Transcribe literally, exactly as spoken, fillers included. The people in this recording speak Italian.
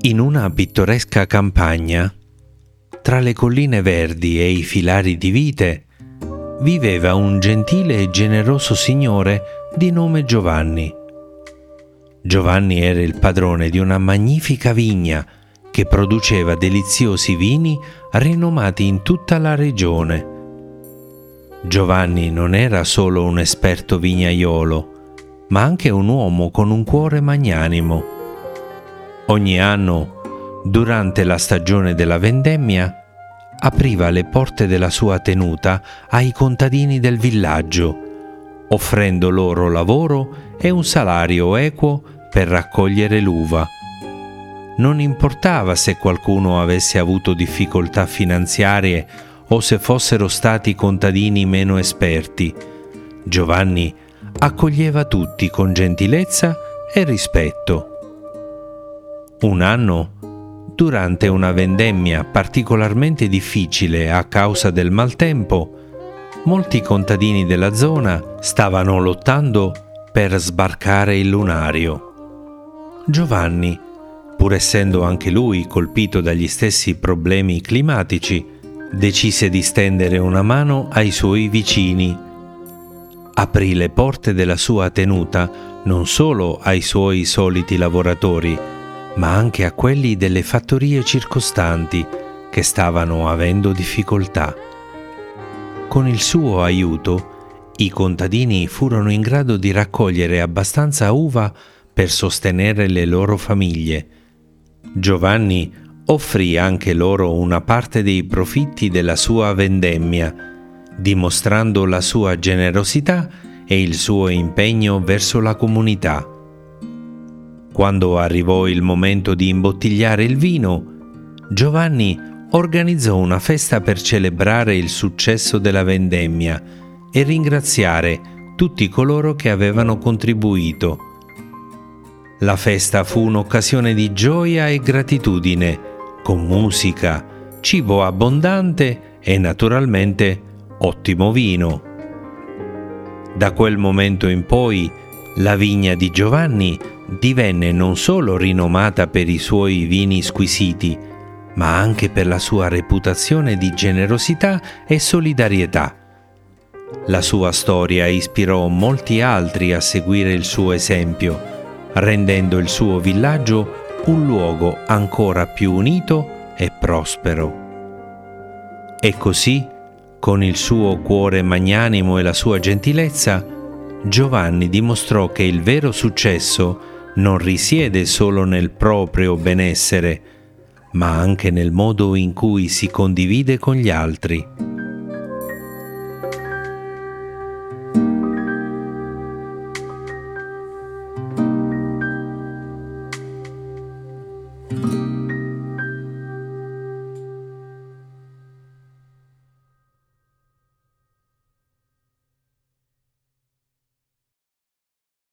In una pittoresca campagna, tra le colline verdi e i filari di vite, viveva un gentile e generoso signore di nome Giovanni. Giovanni era il padrone di una magnifica vigna che produceva deliziosi vini rinomati in tutta la regione. Giovanni non era solo un esperto vignaiolo, ma anche un uomo con un cuore magnanimo. Ogni anno, durante la stagione della vendemmia, apriva le porte della sua tenuta ai contadini del villaggio, offrendo loro lavoro e un salario equo per raccogliere l'uva. Non importava se qualcuno avesse avuto difficoltà finanziarie o se fossero stati contadini meno esperti. Giovanni accoglieva tutti con gentilezza e rispetto. Un anno, durante una vendemmia particolarmente difficile a causa del maltempo, molti contadini della zona stavano lottando per sbarcare il lunario. Giovanni, pur essendo anche lui colpito dagli stessi problemi climatici, decise di stendere una mano ai suoi vicini. Aprì le porte della sua tenuta non solo ai suoi soliti lavoratori, ma anche a quelli delle fattorie circostanti che stavano avendo difficoltà. Con il suo aiuto, i contadini furono in grado di raccogliere abbastanza uva per sostenere le loro famiglie. Giovanni offrì anche loro una parte dei profitti della sua vendemmia, dimostrando la sua generosità e il suo impegno verso la comunità. Quando arrivò il momento di imbottigliare il vino, Giovanni organizzò una festa per celebrare il successo della vendemmia e ringraziare tutti coloro che avevano contribuito. La festa fu un'occasione di gioia e gratitudine, con musica, cibo abbondante e naturalmente ottimo vino. Da quel momento in poi, la vigna di Giovanni divenne non solo rinomata per i suoi vini squisiti, ma anche per la sua reputazione di generosità e solidarietà. La sua storia ispirò molti altri a seguire il suo esempio, rendendo il suo villaggio un luogo ancora più unito e prospero. E così, con il suo cuore magnanimo e la sua gentilezza, Giovanni dimostrò che il vero successo non risiede solo nel proprio benessere, ma anche nel modo in cui si condivide con gli altri.